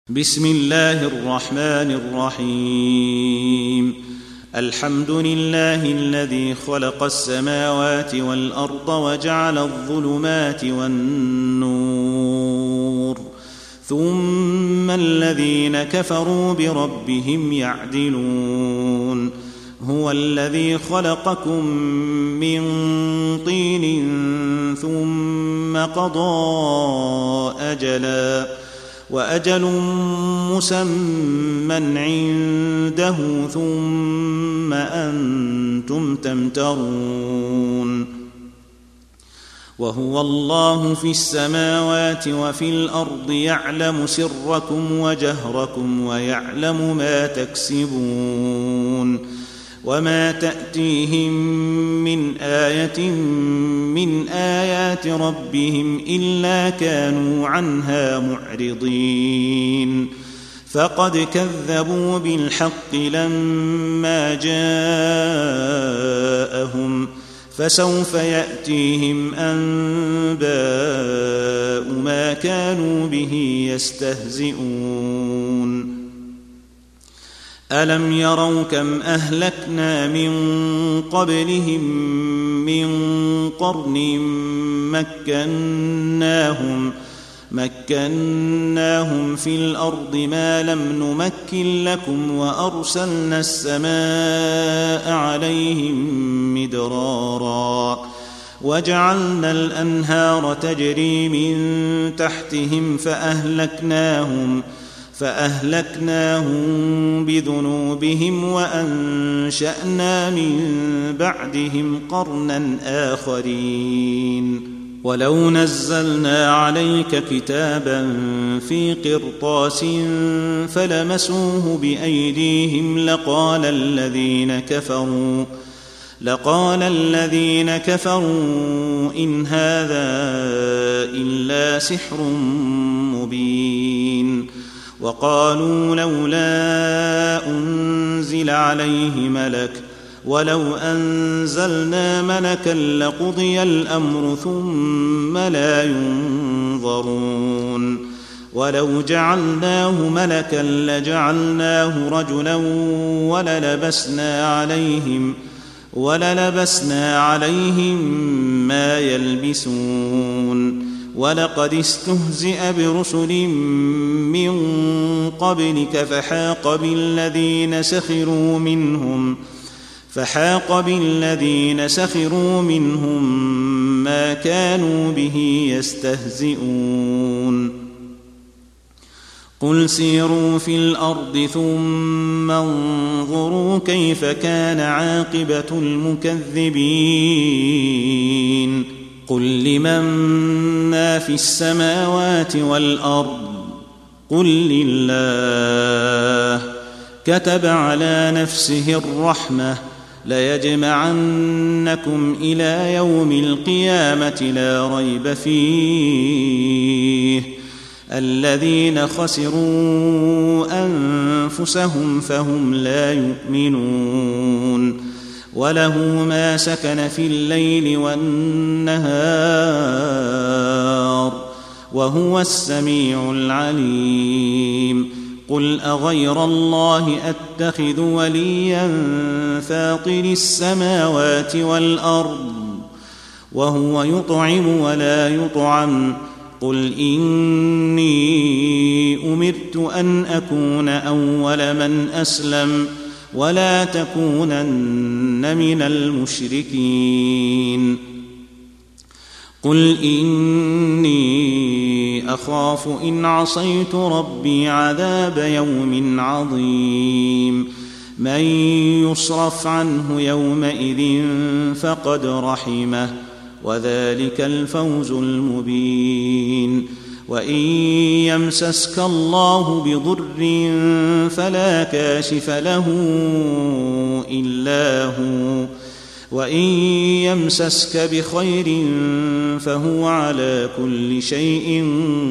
بسم الله الرحمن الرحيم. الحمد لله الذي خلق السماوات والأرض وجعل الظلمات والنور ثم الذين كفروا بربهم يعدلون. هو الذي خلقكم من طين ثم قضى أجلا وأجل مسمى عنده ثم أنتم تمترون. وهو الله في السماوات وفي الأرض يعلم سركم وجهركم ويعلم ما تكسبون. وما تأتيهم من آية من آيات ربهم إلا كانوا عنها معرضين. فقد كذبوا بالحق لما جاءهم فسوف يأتيهم أنباء ما كانوا به يستهزئون. ألم يروا كم أهلكنا من قبلهم من قرن مكناهم في الأرض ما لم نمكن لكم وأرسلنا السماء عليهم مدرارا وجعلنا الأنهار تجري من تحتهم فأهلكناهم بذنوبهم وأنشأنا من بعدهم قرنا آخرين. ولو نزلنا عليك كتابا في قرطاس فلمسوه بأيديهم لقال الذين كفروا إن هذا إلا سحر مبين. وقالوا لولا أنزل عليه ملك ولو أنزلنا ملكا لقضي الأمر ثم لا ينظرون. ولو جعلناه ملكا لجعلناه رجلا وللبسنا عليهم ما يلبسون. ولقد استهزئ برسل من قبلك فحاق بالذين سخروا منهم ما كانوا به يستهزئون. قل سيروا في الأرض ثم انظروا كيف كان عاقبة المكذبين. قل لمن ما في السماوات والأرض قل لله. كتب على نفسه الرحمة ليجمعنكم إلى يوم القيامة لا ريب فيه. الذين خسروا أنفسهم فهم لا يؤمنون. وله ما سكن في الليل والنهار وهو السميع العليم. قل أغير الله أتخذ وليا فاطر السماوات والأرض وهو يطعم ولا يطعم. قل إني أمرت أن أكون أول من أسلم ولا تكونن من المشركين. قل إني أخاف إن عصيت ربي عذاب يوم عظيم. من يصرف عنه يومئذ فقد رحمه وذلك الفوز المبين. وإن يمسسك الله بضر فلا كاشف له إلا هو وإن يمسسك بخير فهو على كل شيء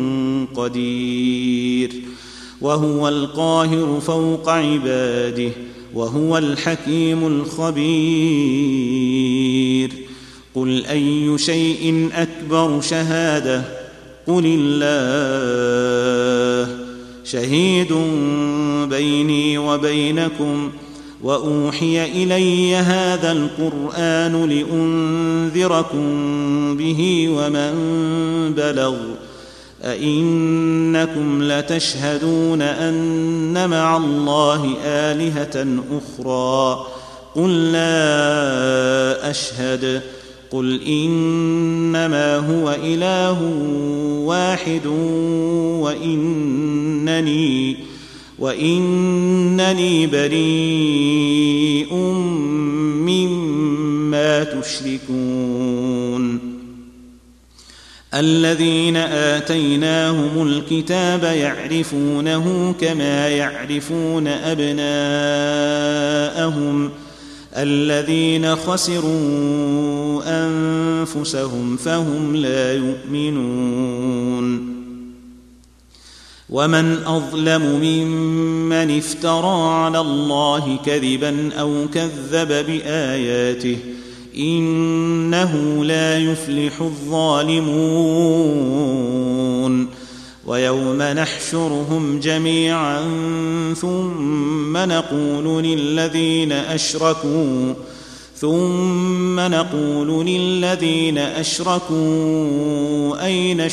قدير. وهو القاهر فوق عباده وهو الحكيم الخبير. قل أي شيء أكبر شهادة قل الله شهيد بيني وبينكم وأوحي إلي هذا القرآن لأنذركم به ومن بلغ أئنكم لتشهدون أن مع الله آلهة أخرى قل لا أشهد قل إنما هو إله واحد وإنني بريء مما تشركون الذين آتيناهم الكتاب يعرفونه كما يعرفون أبناءهم الذين خسروا أنفسهم فهم لا يؤمنون ومن أظلم ممن افترى على الله كذبا أو كذب بآياته إنه لا يفلح الظالمون ويوم نحشرهم جميعا ثم نقول للذين أشركوا أين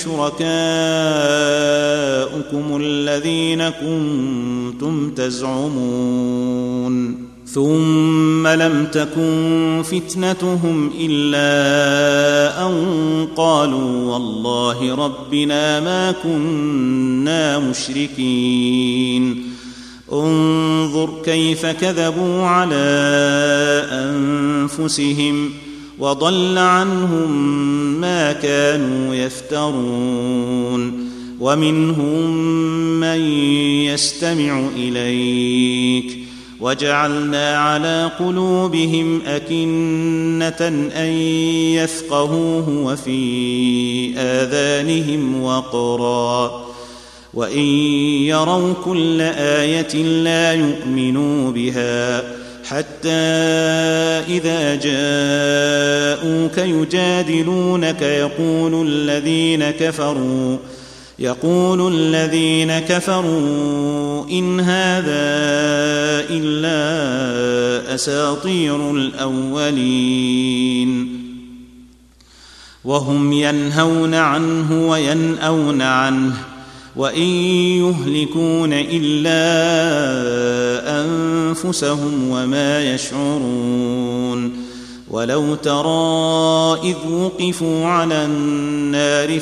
شركاؤكم الذين كنتم تزعمون ثم لم تكن فتنتهم إلا أن قالوا والله ربنا ما كنا مشركين انظر كيف كذبوا على أنفسهم وضل عنهم ما كانوا يفترون ومنهم من يستمع إليك وجعلنا على قلوبهم أكنة أن يفقهوه وفي آذانهم وقرا وإن يروا كل آية لا يؤمنوا بها حتى إذا جاءوك يجادلونك يقول الذين كفروا إن هذا إلا أساطير الأولين وهم ينهون عنه وينأون عنه وإن يهلكون إلا أنفسهم وما يشعرون ولو ترى إذ وقفوا على النار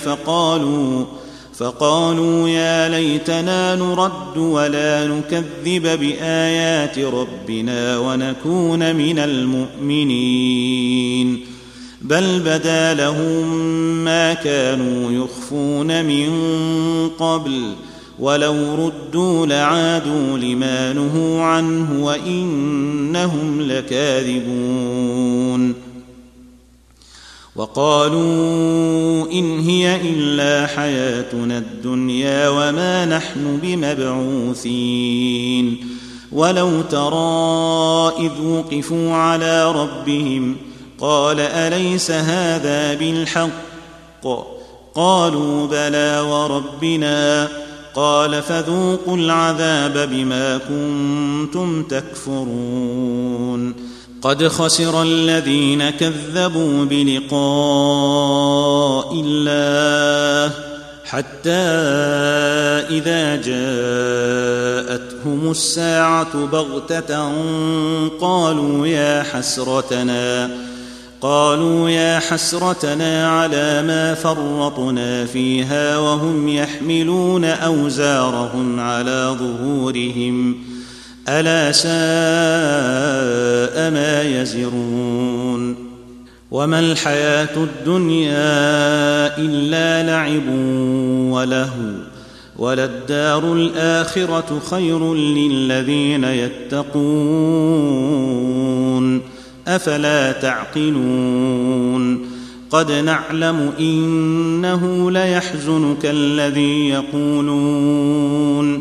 فقالوا يا ليتنا نرد ولا نكذب بآيات ربنا ونكون من المؤمنين بل بدا لهم ما كانوا يخفون من قبل ولو ردوا لعادوا لما نهوا عنه وإنهم لكاذبون وقالوا إن هي إلا حياتنا الدنيا وما نحن بمبعوثين ولو ترى إذ وقفوا على ربهم قال أليس هذا بالحق قالوا بلى وربنا قال فذوقوا العذاب بما كنتم تكفرون قد خسر الذين كذبوا بلقاء الله حتى إذا جاءتهم الساعة بغتة قالوا يا حسرتنا على ما فرطنا فيها وهم يحملون أوزارهم على ظهورهم ألا ساء ما يزرون وما الحياة الدنيا إلا لعب ولهو وللدار الآخرة خير للذين يتقون أفلا تعقلون قد نعلم إنه ليحزنك الذي يقولون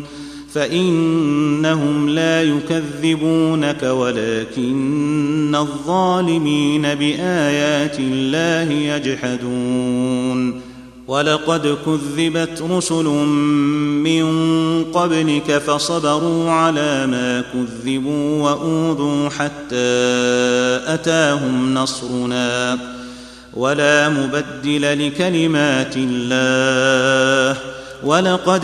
فإنهم لا يكذبونك ولكن الظالمين بآيات الله يجحدون ولقد كذبت رسل من قبلك فصبروا على ما كذبوا وأوذوا حتى أتاهم نصرنا ولا مبدل لكلمات الله ولقد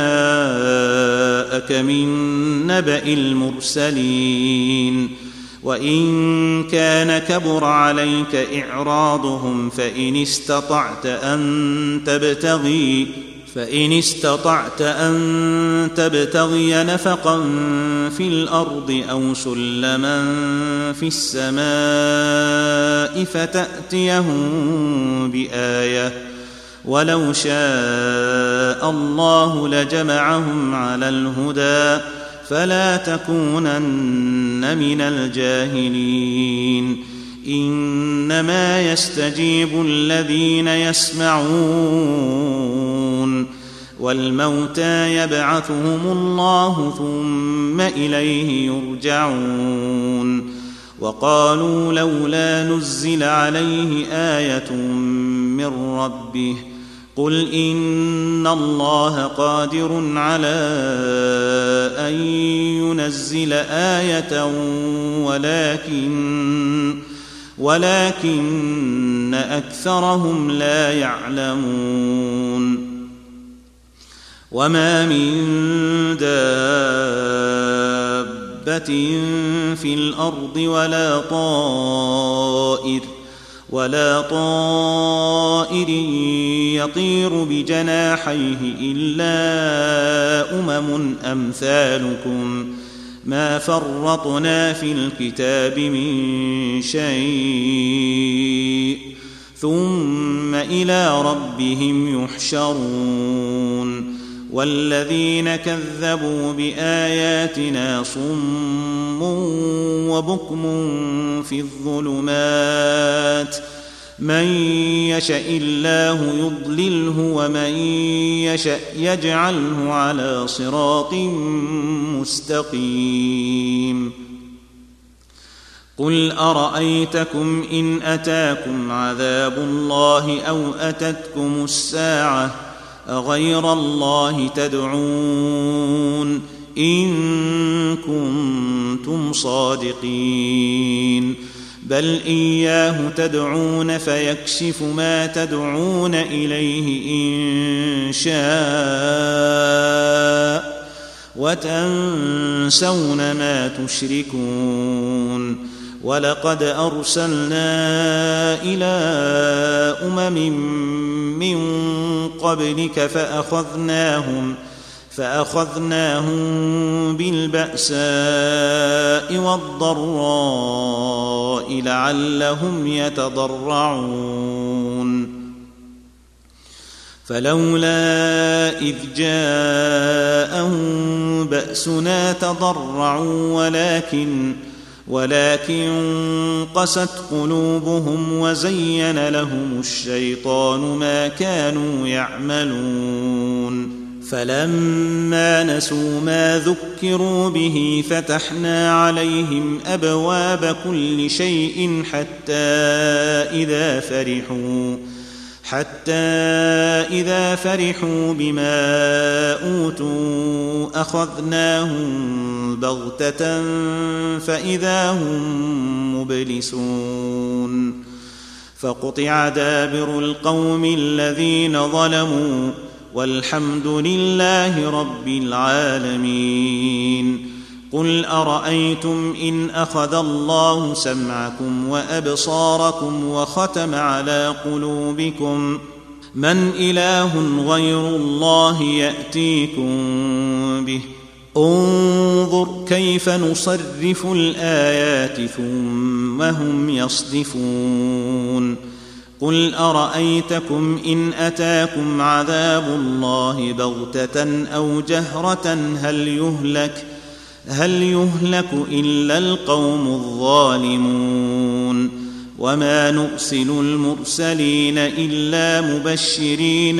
جاءك من نبأ المرسلين وإن كان كبر عليك إعراضهم فإن استطعت أن تبتغي نفقا في الأرض أو سلما في السماء فتأتيهم بآية ولو شاء الله لجمعهم على الهدى فلا تكونن من الجاهلين إنما يستجيب الذين يسمعون والموتى يبعثهم الله ثم إليه يرجعون وقالوا لولا نزل عليه آية من ربه قل إن الله قادر على أن ينزل آية ولكن أكثرهم لا يعلمون وما من دابة في الأرض ولا طائر يطير بجناحيه إلا أمثالكم ما فرطنا في الكتاب من شيء ثم إلى ربهم يحشرون والذين كذبوا بآياتنا صم وبكم في الظلمات من يشاء الله يضلله ومن يشاء يجعله على صراط مستقيم قل أرأيتكم إن أتاكم عذاب الله أو أتتكم الساعة أغير الله تدعون إن كنتم صادقين بل إياه تدعون فيكشف ما تدعون إليه إن شاء وتنسون ما تشركون ولقد أرسلنا إلى من قبلك فأخذناهم بالبأساء والضراء لعلهم يتضرعون فلولا إذ جاءهم بأسنا تضرعوا ولكن قست قلوبهم وزين لهم الشيطان ما كانوا يعملون فلما نسوا ما ذكروا به فتحنا عليهم أبواب كل شيء حتى إذا فرحوا بما أوتوا أخذناهم بغتة فإذا هم مبلسون فقطع دابر القوم الذين ظلموا والحمد لله رب العالمين قل أرأيتم إن أخذ الله سمعكم وأبصاركم وختم على قلوبكم من إله غير الله يأتيكم به انظر كيف نصرف الآيات ثم هم يصدفون قل أرأيتكم إن أتاكم عذاب الله بغتة أو جهرة هل يهلك إلا القوم الظالمون وما نرسل المرسلين إلا مبشرين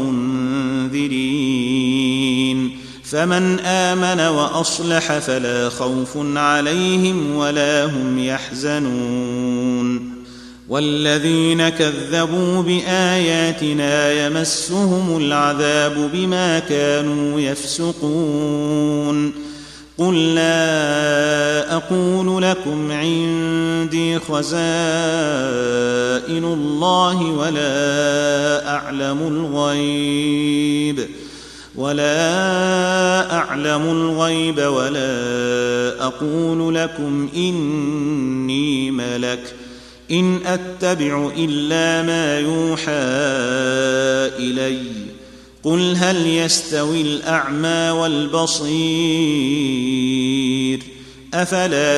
ومنذرين فمن آمن وأصلح فلا خوف عليهم ولا هم يحزنون والذين كذبوا بآياتنا يمسهم العذاب بما كانوا يفسقون قل لا أقول لكم عندي خزائن الله ولا أعلم الغيب ولا أقول لكم إني ملك إن أتبع إلا ما يوحى إلي قل هل يستوي الأعمى والبصير أفلا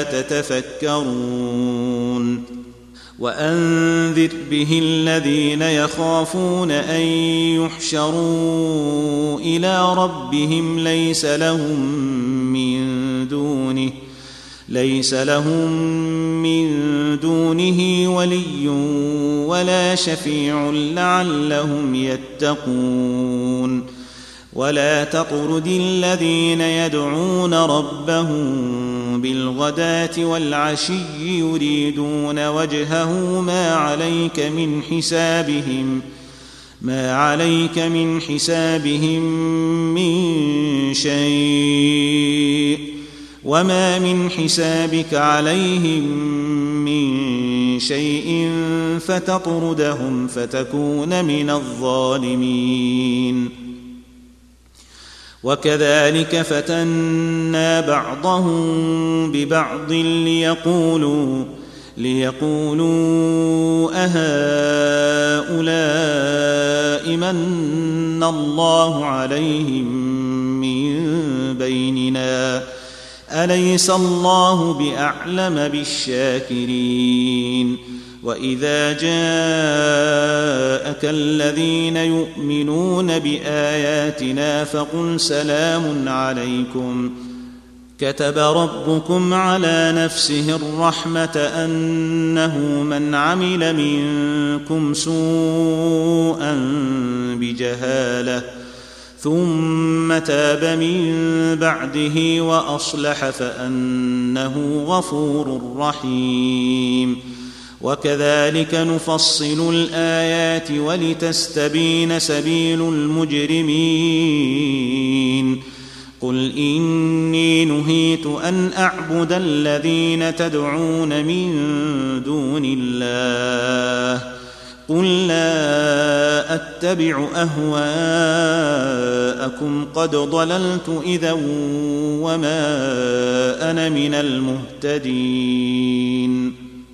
تتفكرون وأنذر به الذين يخافون أن يحشروا إلى ربهم ليس لهم من دونه ولي ولا شفيع لعلهم يتقون ولا تطرد الذين يدعون ربهم بالغداة والعشي يريدون وجهه ما عليك من حسابهم من شيء وما من حسابك عليهم من شيء فتطردهم فتكون من الظالمين وكذلك فتنا بعضهم ببعض ليقولوا أهؤلاء من الله عليهم من بيننا أليس الله بأعلم بالشاكرين وإذا جاءك الذين يؤمنون بآياتنا فقل سلام عليكم كتب ربكم على نفسه الرحمة أنه من عمل منكم سوءا بجهالة ثم تاب من بعده وأصلح فأنه غفور رحيم وكذلك نفصل الآيات ولتستبين سبيل المجرمين قل إني نهيت أن أعبد الذين تدعون من دون الله قل لا أتبع أهواءكم قد ضللت إذا وما أنا من المهتدين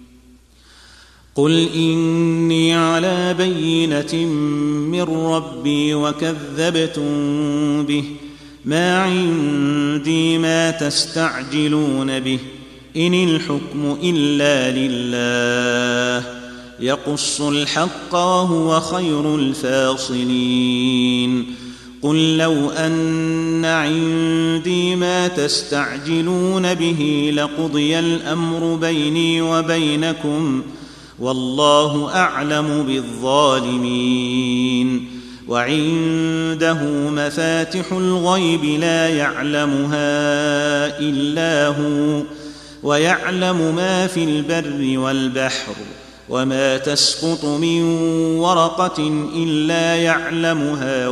قل إني على بينة من ربي وكذبتم به ما عندي ما تستعجلون به إن الحكم إلا لله يقص الحق وهو خير الفاصلين قل لو أن عندي ما تستعجلون به لقضي الأمر بيني وبينكم والله أعلم بالظالمين وعنده مفاتح الغيب لا يعلمها إلا هو ويعلم ما في البر والبحر وما تسقط من ورقة إلا يعلمها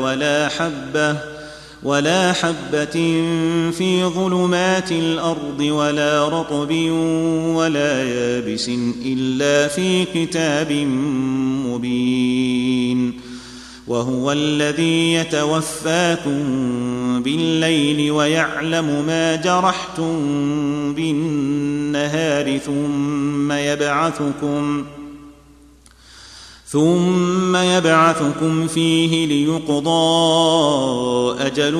ولا حبة في ظلمات الأرض ولا رطب ولا يابس إلا في كتاب مبين وهو الذي يتوفاكم بالليل ويعلم ما جرحتم بالنهار ثم يبعثكم فيه ليقضى أجل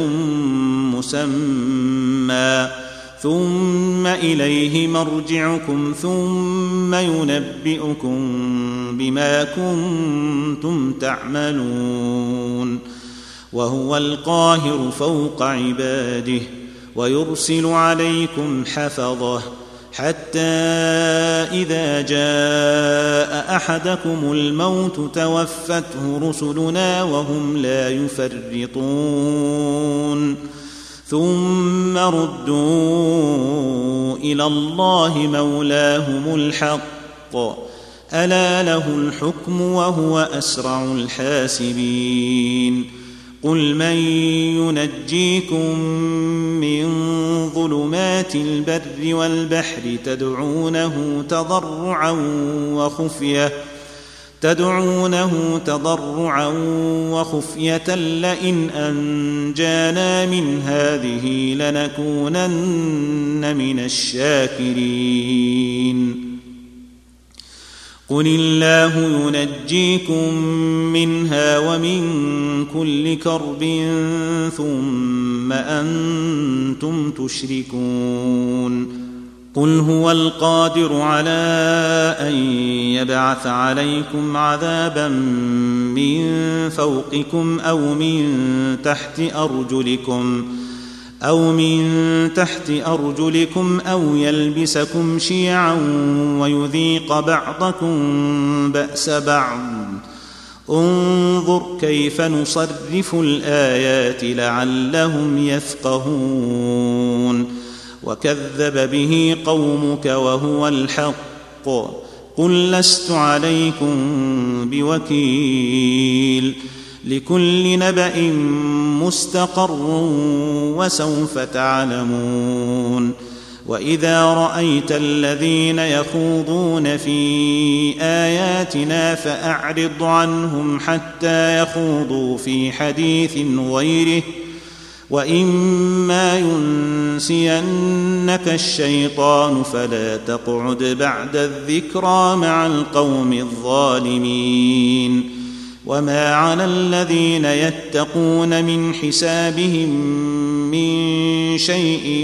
مسمى ثم إليه مرجعكم ثم ينبئكم بما كنتم تعملون وهو القاهر فوق عباده ويرسل عليكم حفظه حتى إذا جاء أحدكم الموت توفته رسلنا وهم لا يفرطون ثم ردوا إلى الله مولاهم الحق ألا له الحكم وهو أسرع الحاسبين قل من ينجيكم من ظلمات البر والبحر تدعونه تضرعا وخفية لئن أنجانا من هذه لنكونن من الشاكرين قل الله ينجيكم منها ومن كل كرب ثم أنتم تشركون قل هو القادر على أن يبعث عليكم عذابا من فوقكم أو من تحت أرجلكم أو يلبسكم شيعا ويذيق بعضكم بأس بعض انظر كيف نصرف الآيات لعلهم يفقهون وكذب به قومك وهو الحق قل لست عليكم بوكيل لكل نبأ مستقر وسوف تعلمون وإذا رأيت الذين يخوضون في آياتنا فأعرض عنهم حتى يخوضوا في حديث غيره وإما ينسينك الشيطان فلا تقعد بعد الذكرى مع القوم الظالمين وما على الذين يتقون من حسابهم من شيء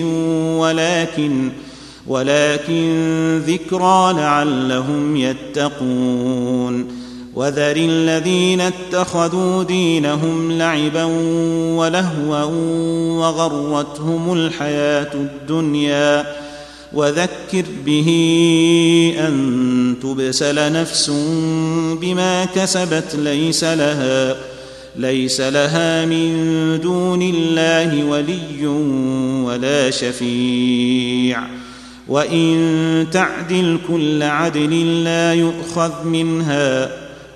ولكن ذكرى لعلهم يتقون وذر الذين اتخذوا دينهم لعبا ولهوا وغرتهم الحياة الدنيا وذكر به أن تبسل نفس بما كسبت ليس لها من دون الله ولي ولا شفيع وإن تعدل كل عدل لا يؤخذ منها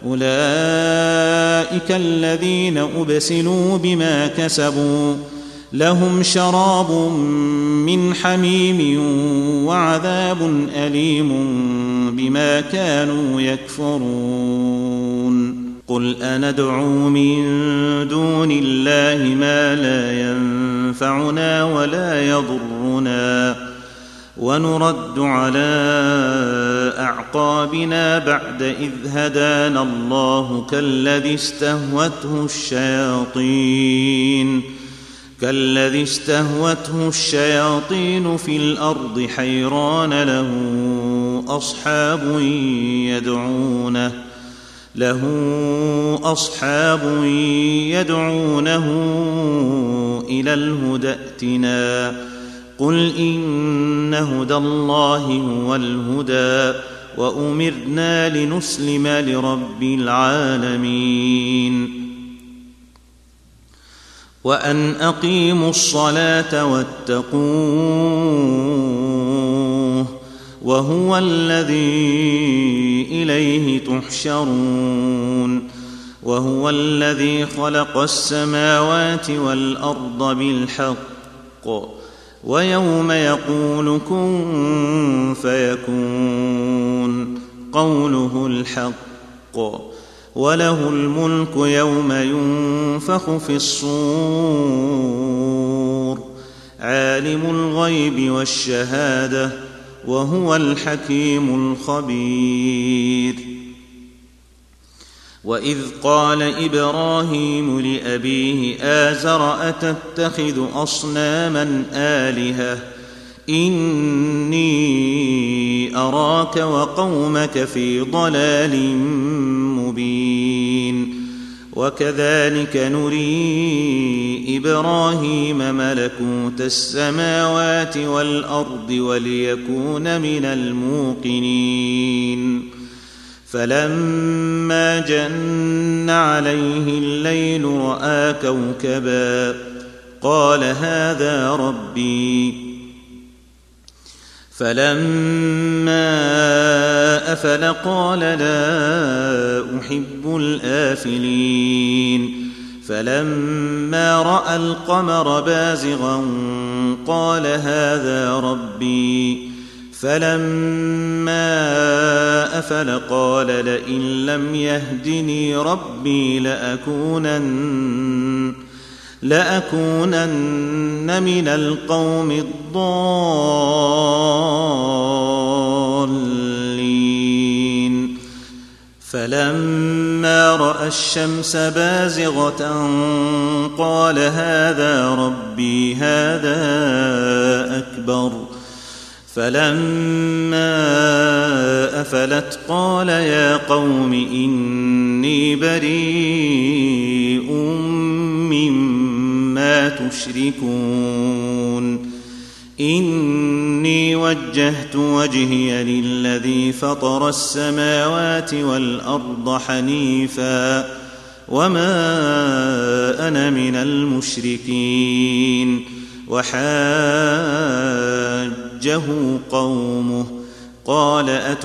أولئك الذين أبسلوا بما كسبوا لهم شراب من حميم وعذاب أليم بما كانوا يكفرون قل أندعو من دون الله ما لا ينفعنا ولا يضرنا ونرد على أعقابنا بعد إذ هدانا الله كالذي استهوته الشياطين في الأرض حيران له أصحاب يدعونه إلى الهدى ائتنا قل إن هدى الله هو الهدى وأمرنا لنسلم لرب العالمين وأن أقيموا الصلاة واتقوه وهو الذي إليه تحشرون وهو الذي خلق السماوات والأرض بالحق ويوم يقول كن فيكون قوله الحق وله الملك يوم ينفخ في الصور عالم الغيب والشهادة وهو الحكيم الخبير وإذ قال إبراهيم لأبيه آزر أتتخذ أصناما آلهة إني أراك وقومك في ضلال مبين وكذلك نري إبراهيم ملكوت السماوات والأرض وليكون من الموقنين فلما جن عليه الليل رأى كوكبا قال هذا ربي فلما أفل قال لا أحب الآفلين فلما رأى القمر بازغا قال هذا ربي فلما أفل قال لئن لم يهدني ربي لأكونن من القوم الضالين فلما رأى الشمس بازغة قال هذا ربي هذا أكبر فلما أفلت قال يا قوم إني بريء مما تشركون إني وجهت وجهي للذي فطر السماوات والأرض حنيفا وما أنا من المشركين وحاجه قومه قال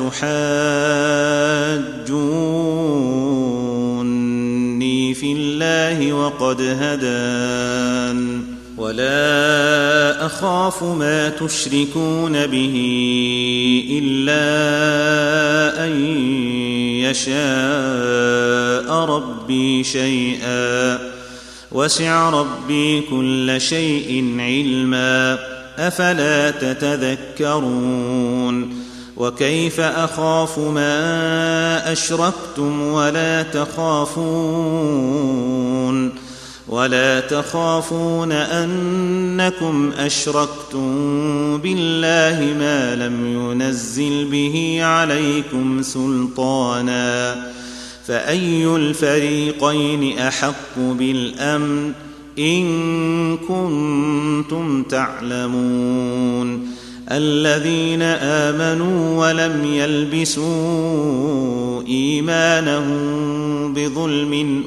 أتحاجوني في الله وقد هدان ولا أخاف ما تشركون به إلا أن يشاء ربي شيئا وسع ربي كل شيء علما أفلا تتذكرون وكيف أخاف ما أشركتم ولا تخافون أنكم أشركتم بالله ما لم ينزل به عليكم سلطانا فأي الفريقين أحق بالأمن إن كنتم تعلمون الذين آمنوا ولم يلبسوا إيمانهم بظلم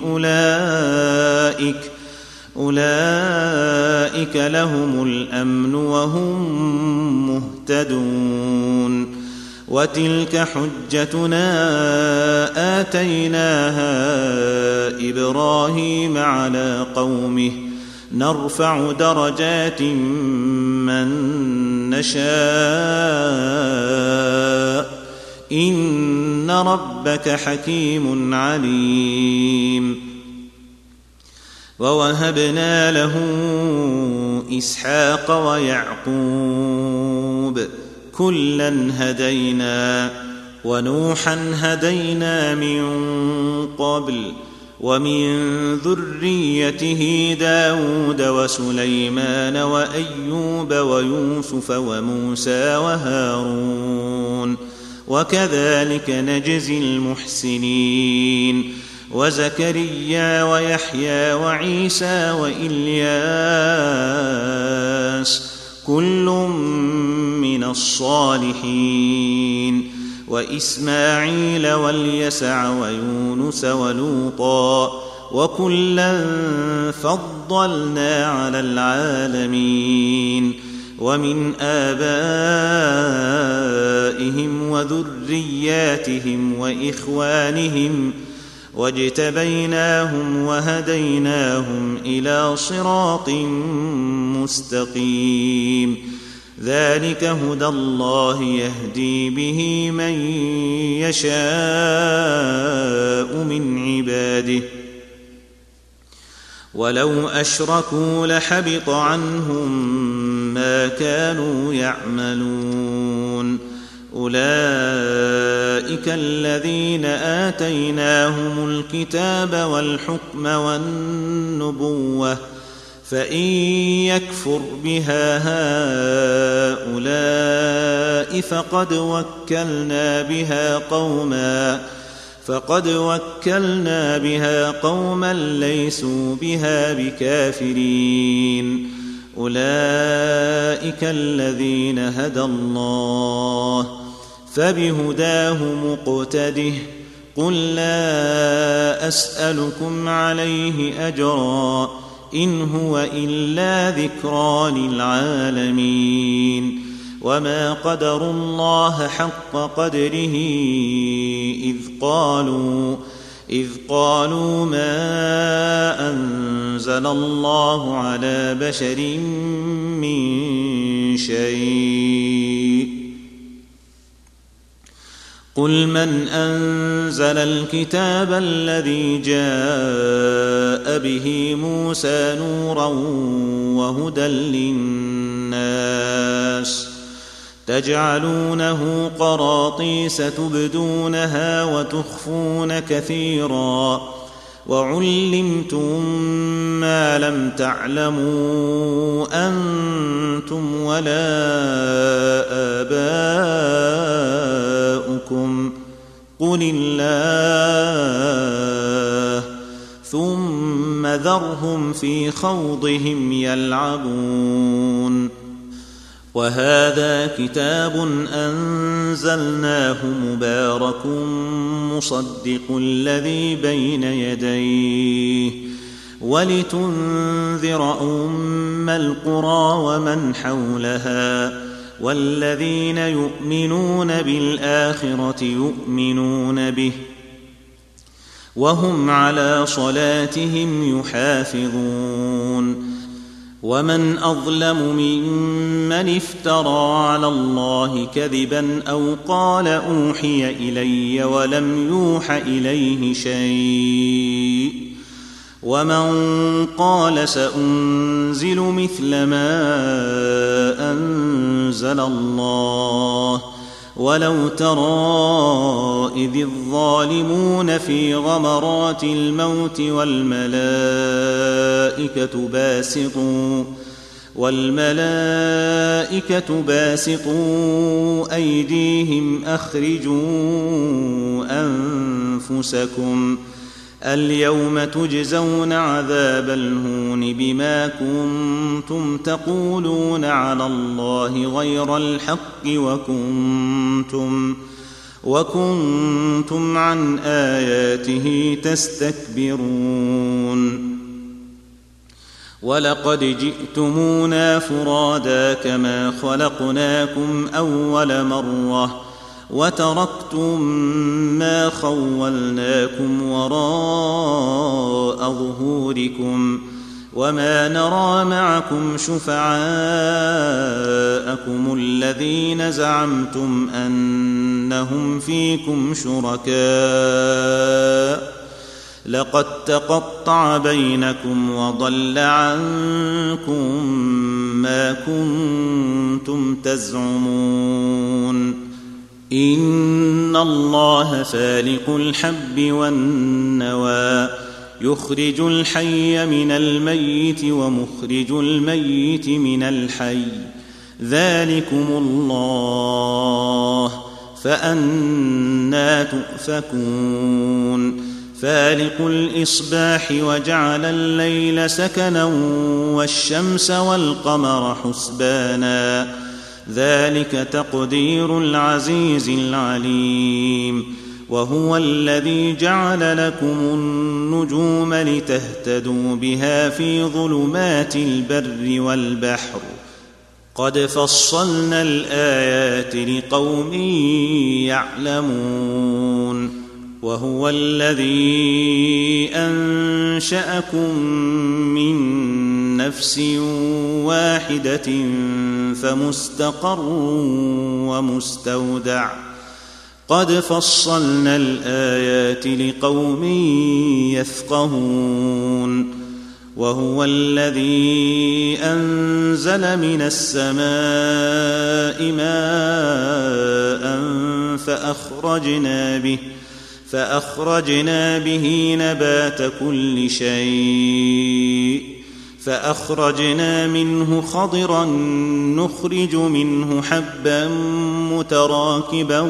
أولئك لهم الأمن وهم مهتدون وتلك حجتنا آتيناها إبراهيم على قومه نرفع درجات من نشاء إن ربك حكيم عليم ووهبنا له إسحاق ويعقوب كلا هدينا ونوحا هدينا من قبل ومن ذريته داود وسليمان وأيوب ويوسف وموسى وهارون وكذلك نجزي المحسنين وزكريا ويحيى وعيسى وإلياس كل من الصالحين وإسماعيل واليسع ويونس ولوطا وكلا فضلنا على العالمين ومن آبائهم وذرياتهم وإخوانهم واجتبيناهم وهديناهم إلى صراط مستقيم ذلك هدى الله يهدي به من يشاء من عباده ولو أشركوا لحبط عنهم ما كانوا يعملون أولئك الذين آتيناهم الكتاب والحكم والنبوة فإن يكفر بها هؤلاء فقد وكلنا بها قوما ليسوا بها بكافرين أولئك الذين هدى الله فبهداه مقتده قل لا أسألكم عليه أجرا إن هو إلا ذكرى للعالمين وما قدروا الله حق قدره إذ قالوا ما أنزل الله على بشر من شيء قل من أنزل الكتاب الذي جاء به موسى نورا وهدى للناس تجعلونه قراطيس تبدونها وتخفون كثيرا وعلمتم ما لم تعلموا أنتم ولا آباؤكم قل الله ثم ذرهم في خوضهم يلعبون وهذا كتاب أنزلناه مبارك مصدق الذي بين يديه ولتنذر أم القرى ومن حولها والذين يؤمنون بالآخرة يؤمنون به وهم على صلاتهم يحافظون ومن أظلم ممن افترى على الله كذبا أو قال أوحي إلي ولم يوح إليه شيء ومن قال سأنزل مثل ما أنزل الله ولو ترى إذ الظالمون في غمرات الموت والملائكة باسطوا أيديهم أخرجوا أنفسكم اليوم تجزون عذاب الهون بما كنتم تقولون على الله غير الحق وكنتم عن آياته تستكبرون ولقد جئتمونا فرادا كما خلقناكم أول مرة وتركتم ما خولناكم وراء ظهوركم وما نرى معكم شفعاءكم الذين زعمتم أنهم فيكم شركاء لقد تقطع بينكم وضل عنكم ما كنتم تزعمون إن الله فالق الحب والنوى يخرج الحي من الميت ومخرج الميت من الحي ذلكم الله فأنى تؤفكون فالق الإصباح وجعل الليل سكنا والشمس والقمر حسبانا ذلك تقدير العزيز العليم وهو الذي جعل لكم النجوم لتهتدوا بها في ظلمات البر والبحر قد فصلنا الآيات لقوم يعلمون وهو الذي أنشأكم من نفس واحدة فمستقر ومستودع قد فصلنا الآيات لقوم يفقهون وهو الذي أنزل من السماء ماء فأخرجنا به نبات كل شيء فأخرجنا منه خضرا نخرج منه حبا متراكبا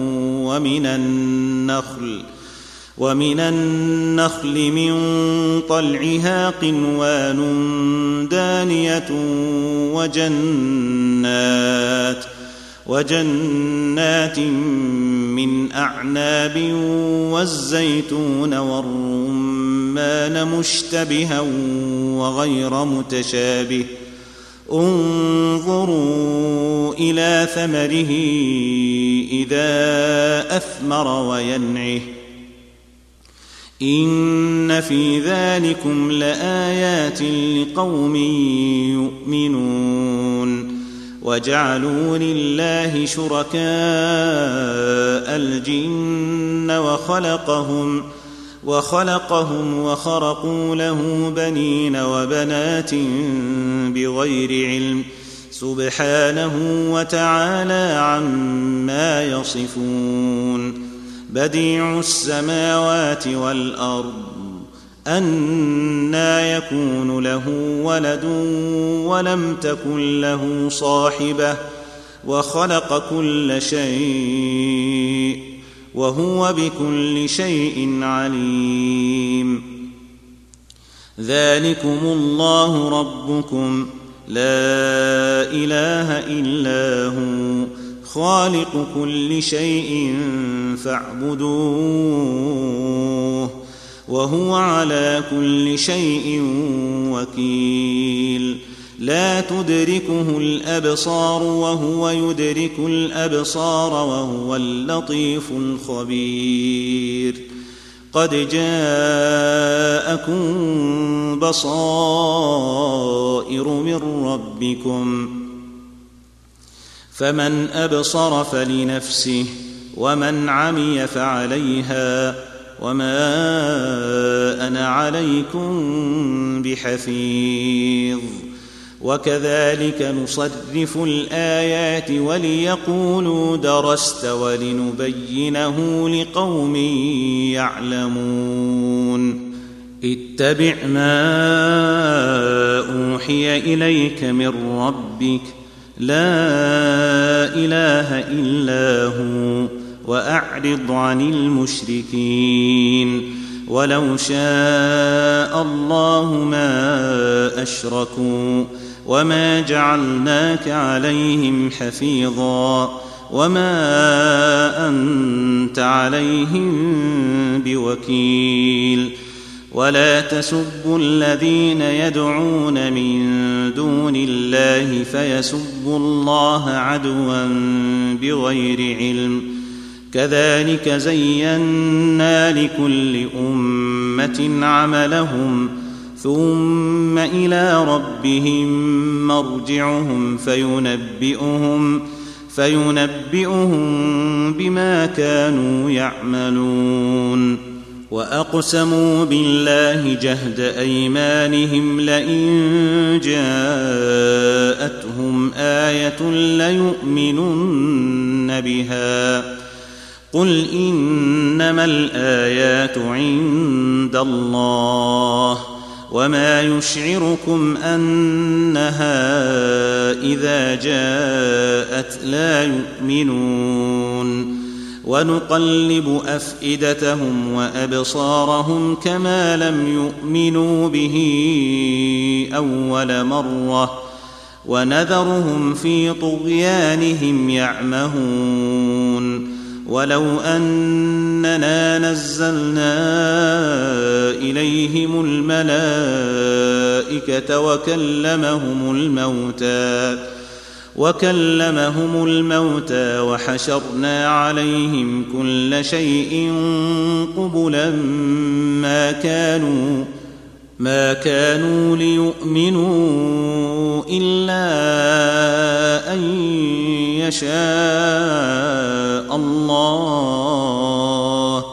ومن النخل من طلعها قنوان دانية وجنات من أعناب والزيتون والرمان مشتبها وغير متشابه انظروا إلى ثمره إذا أثمر وينعه إن في ذلكم لآيات لقوم يؤمنون وجعلوا لله شركاء الجن وخلقهم وخرقوا له بنين وبنات بغير علم سبحانه وتعالى عما يصفون بديع السماوات والأرض أنى يكون له ولد ولم تكن له صاحبة وخلق كل شيء وهو بكل شيء عليم ذلكم الله ربكم لا إله إلا هو خالق كل شيء فاعبدوه وهو على كل شيء وكيل لا تدركه الأبصار وهو يدرك الأبصار وهو اللطيف الخبير قد جاءكم بصائر من ربكم فمن أبصر فلنفسه ومن عمي فعليها وما أنا عليكم بحفيظ وكذلك نصرف الآيات وليقولوا درست ولنبينه لقوم يعلمون اتبع ما أوحي إليك من ربك لا إله إلا هو وأعرض عن المشركين ولو شاء الله ما أشركوا وما جعلناك عليهم حفيظا وما أنت عليهم بوكيل ولا تسبوا الذين يدعون من دون الله فيسبوا الله عدوا بغير علم كذلك زينا لكل أمة عملهم ثم إلى ربهم مرجعهم فينبئهم بما كانوا يعملون وأقسموا بالله جهد أيمانهم لئن جاءتهم آية ليؤمنن بها قل إنما الآيات عند الله وما يشعركم أنها إذا جاءت لا يؤمنون ونقلب أفئدتهم وأبصارهم كما لم يؤمنوا به أول مرة ونذرهم في طغيانهم يعمهون ولو أننا نزلنا إليهم الملائكة وكلمهم الموتى وحشرنا عليهم كل شيء قبلا ما كانوا ليؤمنوا إلا أن يشاء الله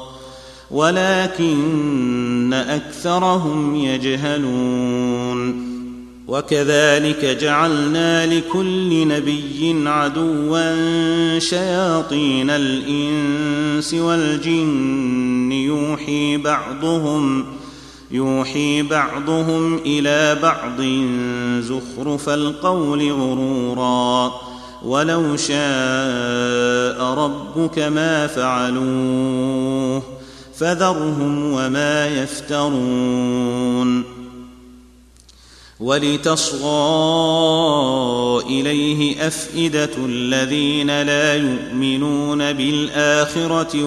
ولكن أكثرهم يجهلون وكذلك جعلنا لكل نبي عدوا شياطين الإنس والجن يوحي بعضهم إلى بعض زخرف القول غرورا ولو شاء ربك ما فعلوه فذرهم وما يفترون ولتصغى إليه أفئدة الذين لا يؤمنون بالآخرة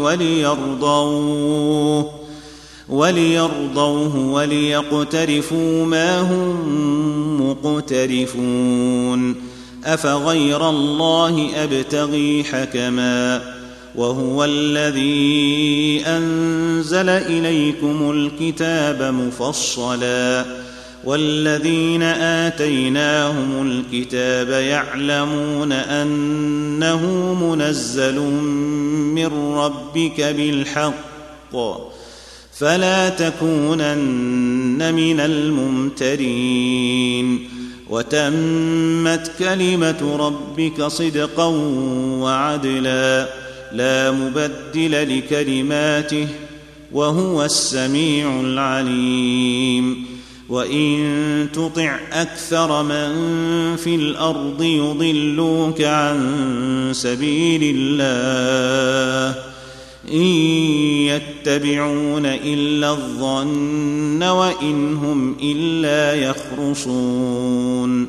وليرضوه وليقترفوا ما هم مقترفون أفغير الله أبتغي حكما وهو الذي أنزل إليكم الكتاب مفصلا والذين آتيناهم الكتاب يعلمون أنه منزل من ربك بالحق فلا تكونن من الممترين وتمت كلمة ربك صدقا وعدلا لا مبدل لكلماته وهو السميع العليم وإن تطع أكثر من في الأرض يضلوك عن سبيل الله إن يتبعون إلا الظن وإن هم إلا يخرصون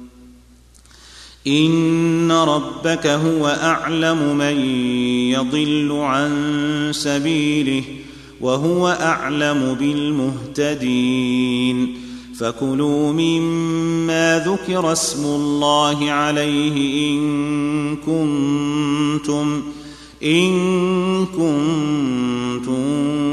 إن ربك هو أعلم من يضل عن سبيله وهو أعلم بالمهتدين فكلوا مما ذكر اسم الله عليه إن كنتم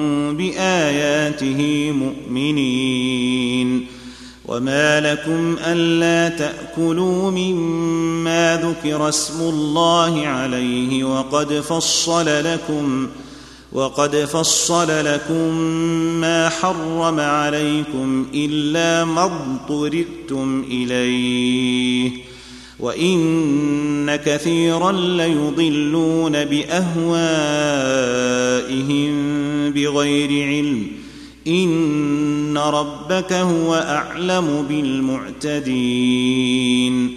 بآياته مؤمنين وما لكم ألا تأكلوا مما ذكر اسم الله عليه وقد فصل لكم ما حرم عليكم إلا ما اضطررتم إليه وإن كثيرا ليضلون بأهوائهم بغير علم إن ربك هو أعلم بالمعتدين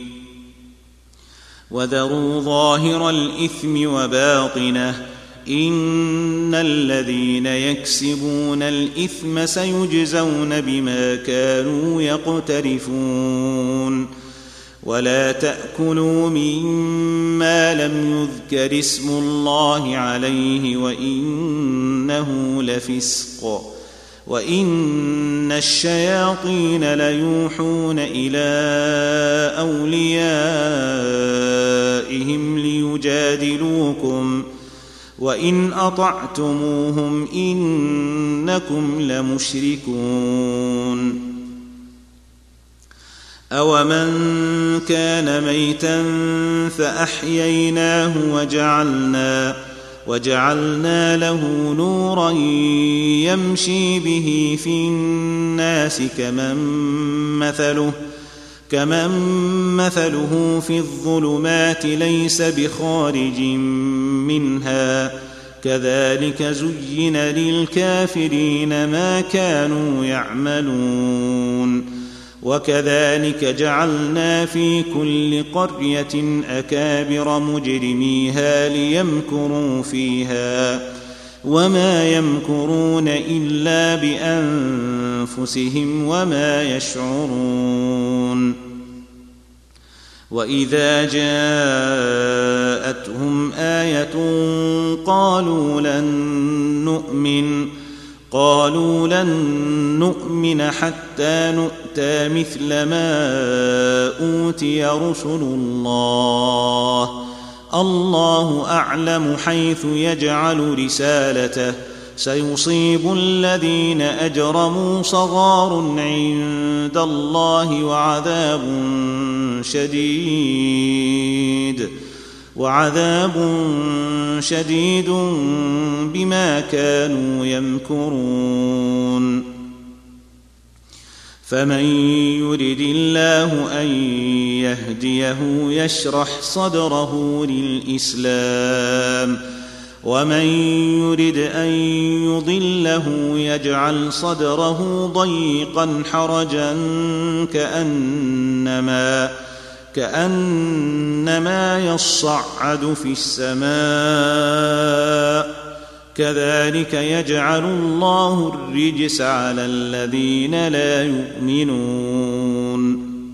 وذروا ظاهر الإثم وباطنه إن الذين يكسبون الإثم سيجزون بما كانوا يقترفون ولا تأكلوا مما لم يذكر اسم الله عليه وإنه لفسق وإن الشياطين ليوحون إلى أوليائهم ليجادلوكم وإن أطعتموهم إنكم لمشركون أومن كان ميتا فأحييناه وجعلنا له نورا يمشي به في الناس كمن مثله في الظلمات ليس بخارج منها كذلك زين للكافرين ما كانوا يعملون وكذلك جعلنا في كل قرية أكابر مجرميها ليمكروا فيها وما يمكرون إلا بأنفسهم وما يشعرون وإذا جاءتهم آية قالوا لن نؤمن حتى نؤتى مثل ما أوتي رسل الله أعلم حيث يجعل رسالته سيصيب الذين أجرموا صغار عند الله وعذاب شديد بما كانوا يمكرون فمن يرد الله أن يهديه يشرح صدره للإسلام ومن يرد أن يضله يجعل صدره ضيقا حرجا كأنما يصعد في السماء كذلك يجعل الله الرجس على الذين لا يؤمنون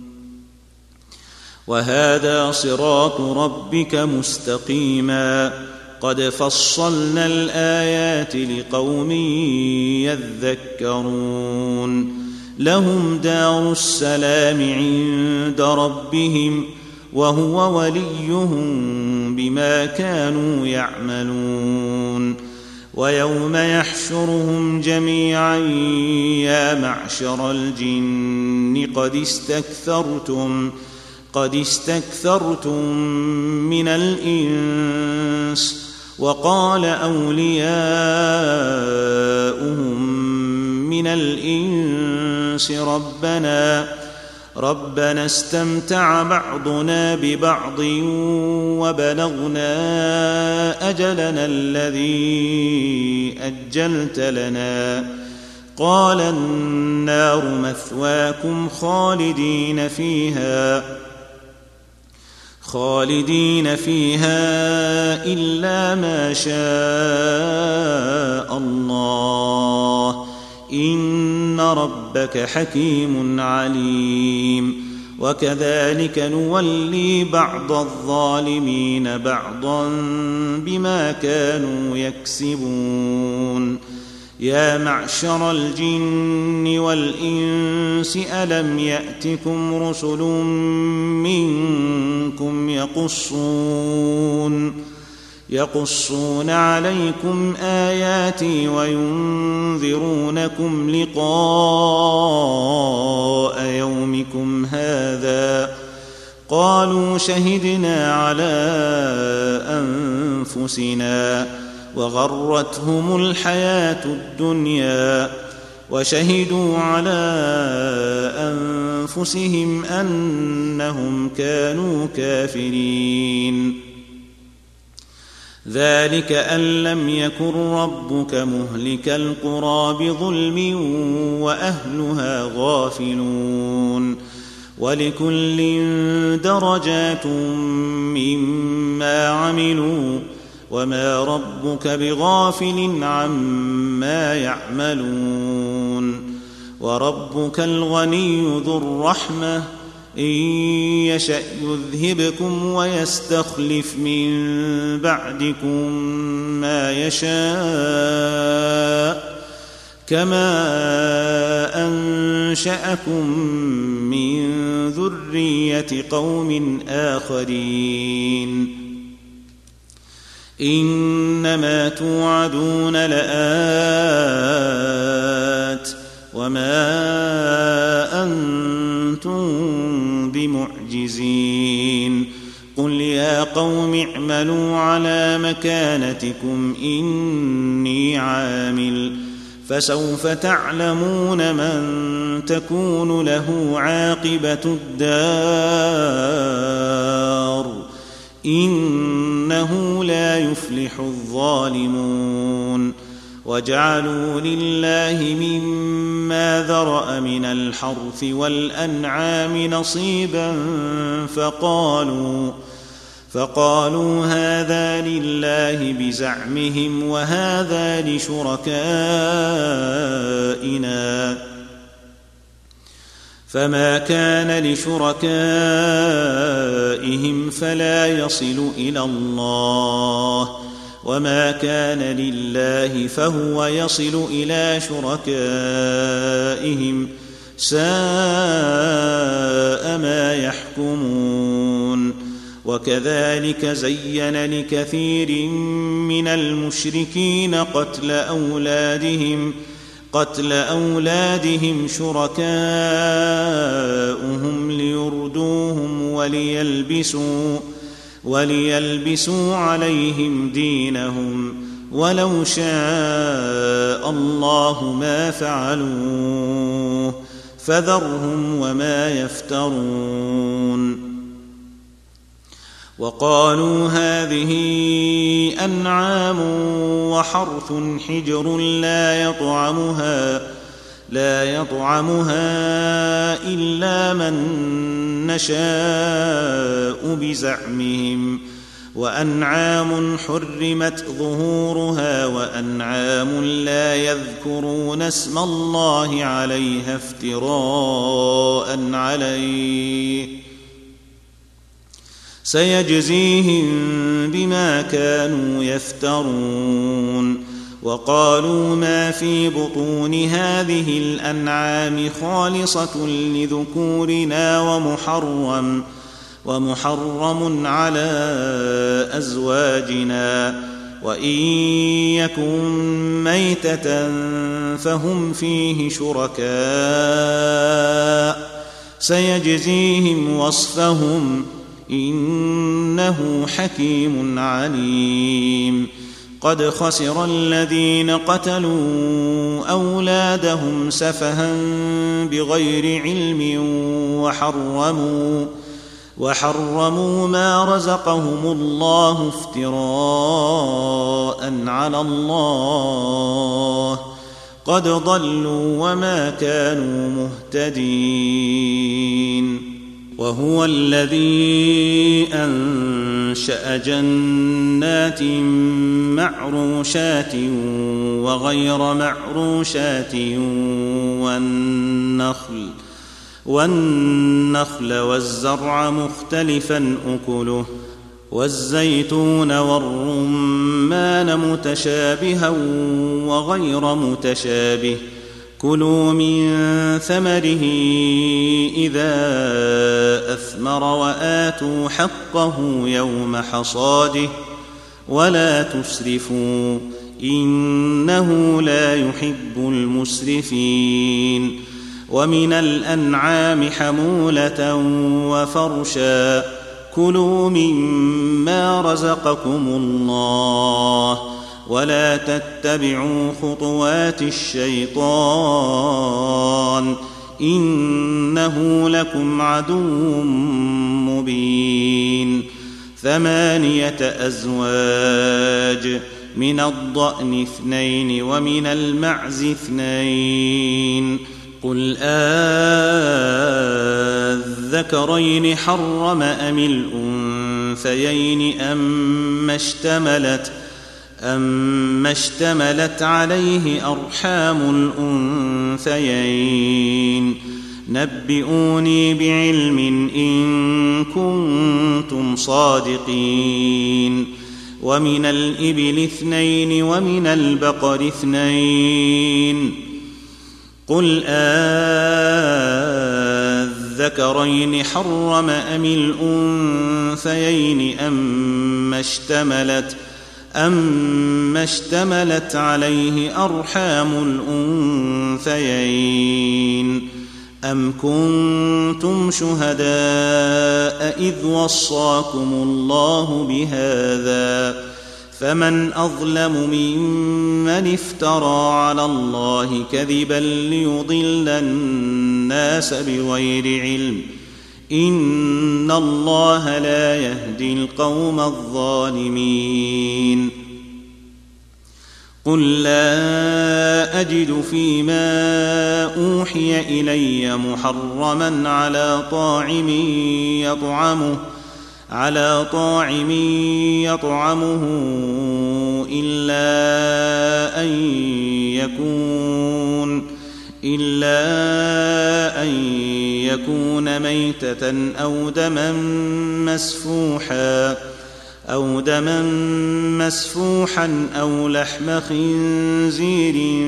وهذا صراط ربك مستقيما قد فصلنا الآيات لقوم يذكرون لهم دار السلام عند ربهم وهو وليهم بما كانوا يعملون. ويوم يحشرهم جميعا يا معشر الجن قد استكثرتم من الإنس، وقال أولياؤهم من الإنس ربنا استمتع بعضنا ببعض وبلغنا أجلنا الذي أجلت لنا، قال النار مثواكم خالدين فيها إلا ما شاء الله، إن ربك حكيم عليم. وكذلك نولي بعض الظالمين بعضا بما كانوا يكسبون. يا معشر الجن والإنس ألم يأتكم رسل منكم يقصون عليكم آياتي وينذرونكم لقاء يومكم هذا؟ قالوا شهدنا على أنفسنا وغرتهم الحياة الدنيا وشهدوا على أنفسهم أنهم كانوا كافرين. ذلك أن لم يكن ربك مهلك القرى بظلم وأهلها غافلون. ولكل درجات مما عملوا وما ربك بغافل عما يعملون. وربك الغني ذو الرحمة، إن يشأ يذهبكم ويستخلف من بعدكم ما يشاء، كما أنشأكم من ذرية قوم آخرين. إنما توعدون لآت وما أنتم بمعجزين. قل يا قوم اعملوا على مكانتكم إني عامل، فسوف تعلمون من تكون له عاقبة الدار، إنه لا يفلح الظالمون. وجعلوا لله مما ذرأ من الحرث والأنعام نصيبا فقالوا هذا لله بزعمهم وهذا لشركائنا، فما كان لشركائهم فلا يصل إلى الله، وما كان لله فهو يصل إلى شركائهم، ساء ما يحكمون. وكذلك زين لكثير من المشركين قتل أولادهم شركاؤهم ليردوهم وليلبسوا عليهم دينهم، ولو شاء الله ما فعلوه فذرهم وما يفترون. وقالوا هذه أنعام وحرث حجر لا يطعمها إلا من نشاء بزعمهم، وأنعام حرمت ظهورها وأنعام لا يذكرون اسم الله عليها افتراء عليه، سيجزيهم بما كانوا يفترون. وقالوا ما في بطون هذه الأنعام خالصة لذكورنا ومحرم على أزواجنا، وإن يكن ميتة فهم فيه شركاء سيجزيهم وصفهم إنه حكيم عليم. قد خسر الذين قتلوا أولادهم سفها بغير علم وحرموا ما رزقهم الله افتراء على الله، قد ضلوا وما كانوا مهتدين. وهو الذي أنشأ جنات معروشات وغير معروشات والنخل والزرع مختلفا أكله والزيتون والرمان متشابها وغير متشابه، كلوا من ثمره إذا أثمر وآتوا حقه يوم حصاده ولا تسرفوا إنه لا يحب المسرفين. ومن الأنعام حمولة وفرشا، كلوا مما رزقكم الله ولا تتبعوا خطوات الشيطان إنه لكم عدو مبين. 8 أزواج، من الضأن 2 ومن المعز 2. قل أذكرين حرم أم الأنثيين أما اشتملت عليه أرحام الأنثيين؟ نبئوني بعلم إن كنتم صادقين. ومن الإبل 2 ومن البقر 2. قل أذكرين حرم أم الأنثيين أما اشتملت عليه أرحام الأنثيين؟ أم كنتم شهداء إذ وصاكم الله بهذا؟ فمن أظلم ممن افترى على الله كذبا ليضل الناس بغير علم، إن الله لا يهدي القوم الظالمين. قل لا أجد فيما أوحي إلي محرما على طاعم يطعمه إلا أن يكون ميتة أو دما مسفوحا أو لحم خنزير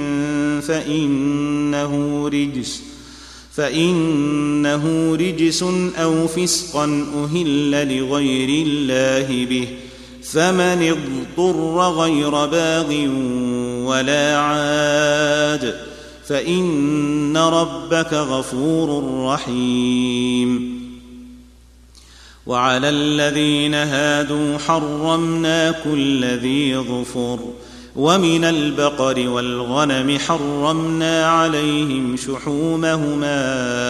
فإنه رجس أو فسقا أهل لغير الله به، فمن اضطر غير باغ ولا عاد فإن ربك غفور رحيم. وعلى الذين هادوا حرمنا كل ذي ظفر، ومن البقر والغنم حرمنا عليهم شحومهما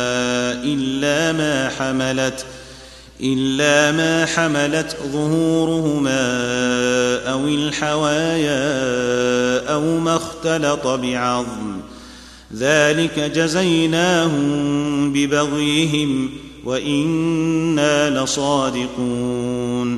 إلا ما حملت ظهورهما أو الحوايا أو ما اختلط بعظم، ذلك جزيناهم ببغيهم وإنا لصادقون.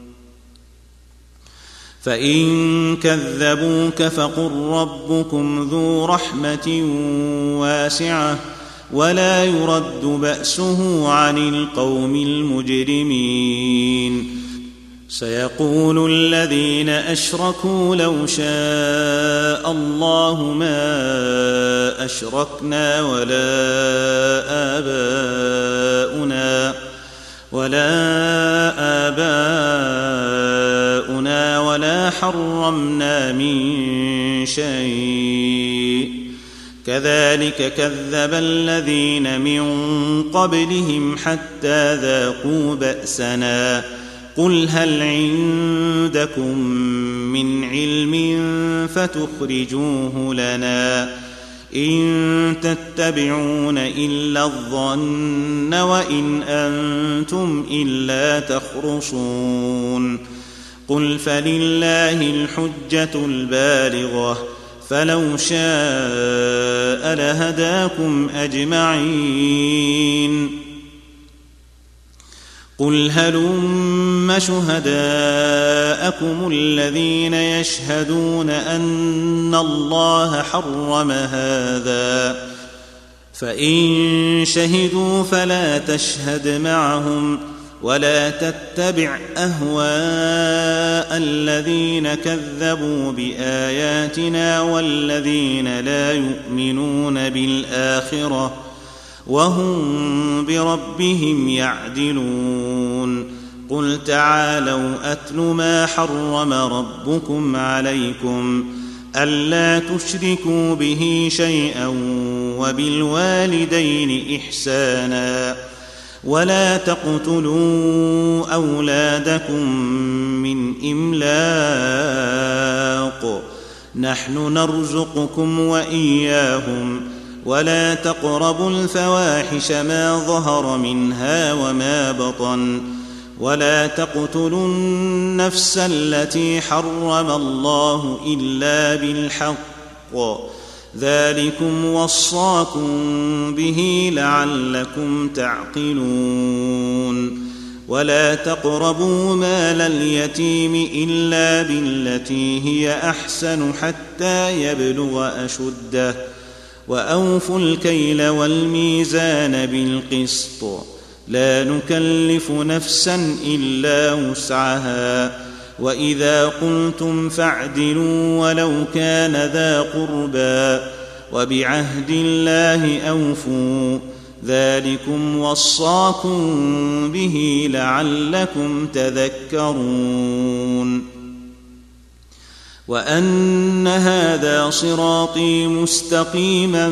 فإن كذبوك فقل ربكم ذو رحمة واسعة ولا يرد بأسه عن القوم المجرمين. سيقول الذين أشركوا لو شاء الله ما أشركنا ولا آباؤنا، ولا آباؤنا ولا حرمنا من شيء كذلك كذب الذين من قبلهم حتى ذاقوا بأسنا قل هل عندكم من علم فتخرجوه لنا إن تتبعون إلا الظن وإن أنتم إلا تخرصون قل فلله الحجة البالغة فلو شاء لهداكم أجمعين قل هلم شهداءكم الذين يشهدون أن الله حرم هذا فإن شهدوا فلا تشهد معهم ولا تتبع أهواء الذين كذبوا بآياتنا والذين لا يؤمنون بالآخرة وهم بربهم يعدلون قل تعالوا أتل ما حرم ربكم عليكم ألا تشركوا به شيئا وبالوالدين إحسانا ولا تقتلوا أولادكم من إملاق نحن نرزقكم وإياهم ولا تقربوا الفواحش ما ظهر منها وما بطن ولا تقتلوا النفس التي حرم الله إلا بالحق ذلكم وصاكم به لعلكم تعقلون ولا تقربوا مال اليتيم إلا بالتي هي أحسن حتى يبلغ أشده وأوفوا الكيل والميزان بالقسط لا نكلف نفسا إلا وسعها وإذا قلتم فاعدلوا ولو كان ذا قربى وبعهد الله أوفوا ذلكم وصاكم به لعلكم تذكرون وأن هذا صراطي مستقيما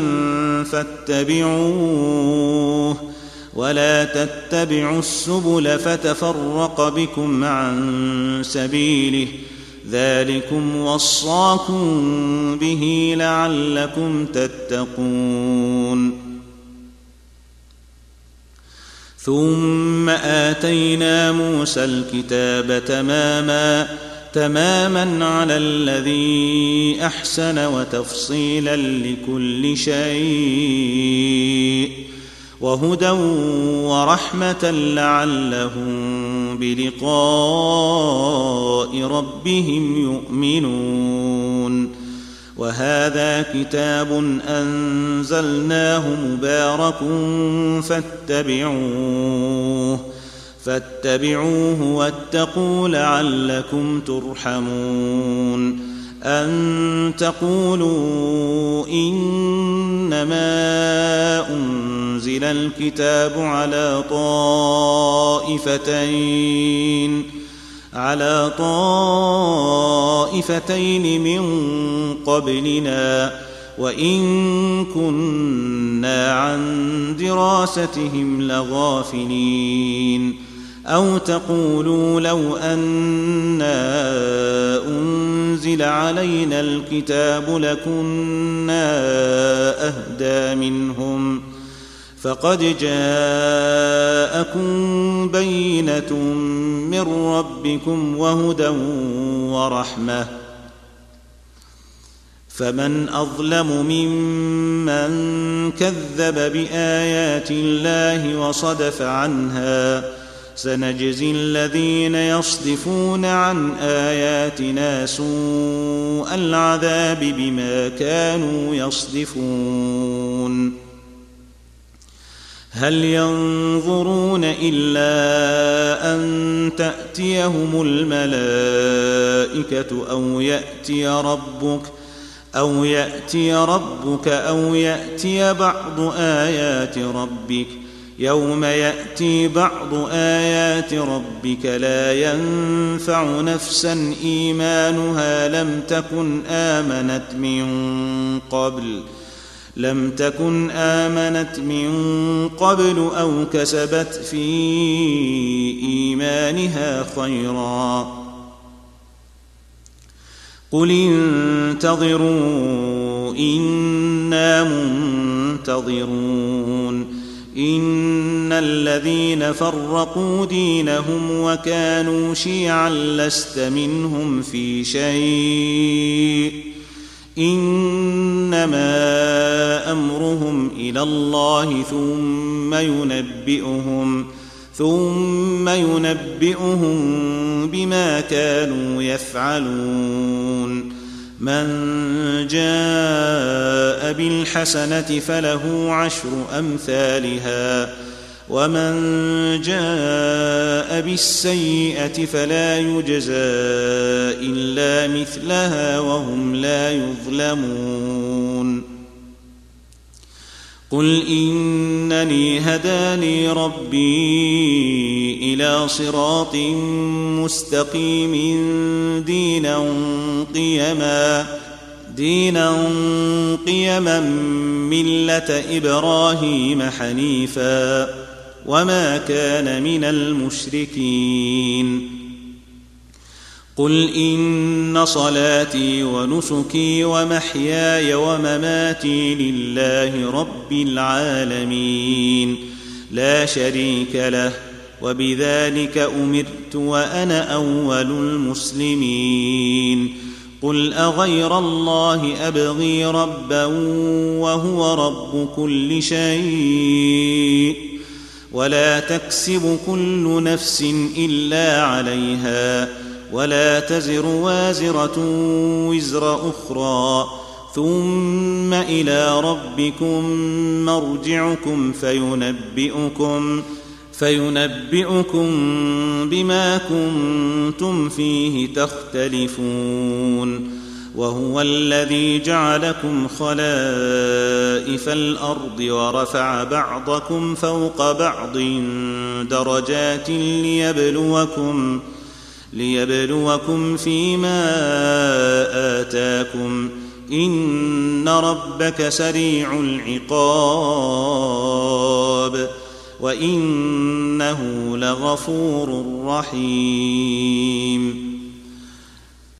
فاتبعوه ولا تتبعوا السبل فتفرق بكم عن سبيله ذلكم وصاكم به لعلكم تتقون ثم آتينا موسى الكتاب تماما على الذي أحسن وتفصيلا لكل شيء وهدى ورحمة لعلهم بلقاء ربهم يؤمنون وهذا كتاب أنزلناه مبارك فاتبعوه واتقوا لعلكم ترحمون أن تقولوا إنما أنزل الكتاب على طائفتين من قبلنا وإن كنا عن دراستهم لغافلين أو تقولوا لو أنا أنزل علينا الكتاب لكنا أهدى منهم فقد جاءكم بينة من ربكم وهدى ورحمة فمن أظلم ممن كذب بآيات الله وصدف عنها سنجزي الذين يصدفون عن آياتنا سوء العذاب بما كانوا يصدفون هل ينظرون إلا أن تأتيهم الملائكة أو يأتي ربك أو يأتي بعض آيات ربك يوم يأتي بعض آيات ربك لا ينفع نفسا إيمانها لم تكن آمنت من قبل أو كسبت في إيمانها خيرا قل انتظروا إنا منتظرون إن الذين فرقوا دينهم وكانوا شيعا لست منهم في شيء إنما أمرهم إلى الله ثم ينبئهم بما كانوا يفعلون من جاء بالحسنة فله 10 أمثالها ومن جاء بالسيئة فلا يجزى إلا مثلها وهم لا يظلمون قل إنني هداني ربي إلى صراط مستقيم دينا قيما ملة إبراهيم حنيفا وما كان من المشركين قل إن صلاتي ونسكي ومحياي ومماتي لله رب العالمين لا شريك له وبذلك أمرت وأنا أول المسلمين قل أغير الله أبغي ربا وهو رب كل شيء ولا تكسب كل نفس إلا عليها ولا تزر وازرة وزر أخرى ثم إلى ربكم مرجعكم فينبئكم بما كنتم فيه تختلفون وهو الذي جعلكم خلائف الأرض ورفع بعضكم فوق بعض درجات ليبلوكم فيما آتاكم إن ربك سريع العقاب وإنه لغفور رحيم